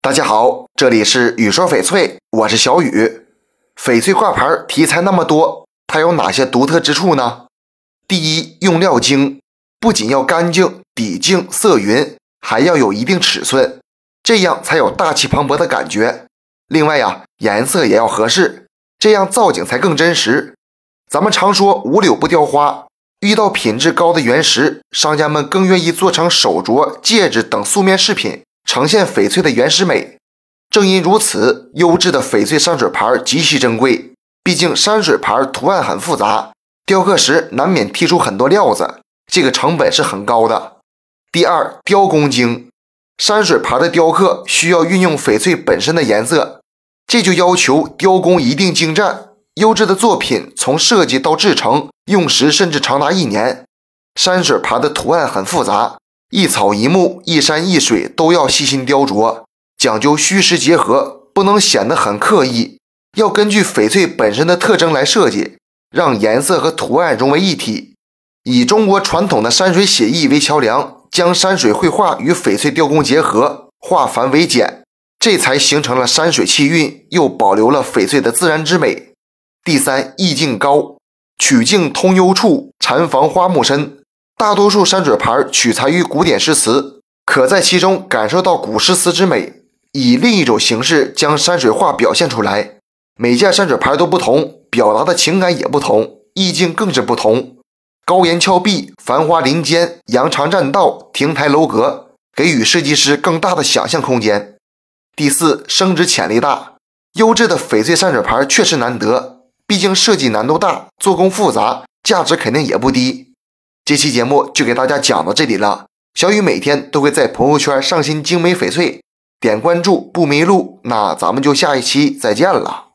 大家好，这里是雨说翡翠，我是小雨。翡翠挂牌题材那么多，它有哪些独特之处呢？第一，用料精，不仅要干净、底净、色匀，还要有一定尺寸，这样才有大气磅礴的感觉。另外颜色也要合适，这样造景才更真实。咱们常说五柳不雕花，遇到品质高的原石，商家们更愿意做成手镯、戒指等素面饰品，呈现翡翠的原始美。正因如此，优质的翡翠山水牌极其珍贵，毕竟山水牌图案很复杂，雕刻时难免剔出很多料子，这个成本是很高的。第二，雕工精，山水牌的雕刻需要运用翡翠本身的颜色，这就要求雕工一定精湛，优质的作品从设计到制成用时甚至长达1年。山水牌的图案很复杂，一草一木、一山一水都要细心雕琢，讲究虚实结合，不能显得很刻意，要根据翡翠本身的特征来设计，让颜色和图案融为一体，以中国传统的山水写意为桥梁，将山水绘画与翡翠雕工结合，化繁为简，这才形成了山水气韵，又保留了翡翠的自然之美。第三，意境高，曲径通幽处，禅房花木深。大多数山水牌取材于古典诗词，可在其中感受到古诗词之美，以另一种形式将山水画表现出来。每件山水牌都不同，表达的情感也不同，意境更是不同。高檐峭壁、繁华林间、羊肠栈道、亭台楼阁，给予设计师更大的想象空间。第四，升值潜力大，优质的翡翠山水牌确实难得，毕竟设计难度大，做工复杂，价值肯定也不低。这期节目就给大家讲到这里了，小雨每天都会在朋友圈上新精美翡翠，点关注不迷路，那咱们就下一期再见了。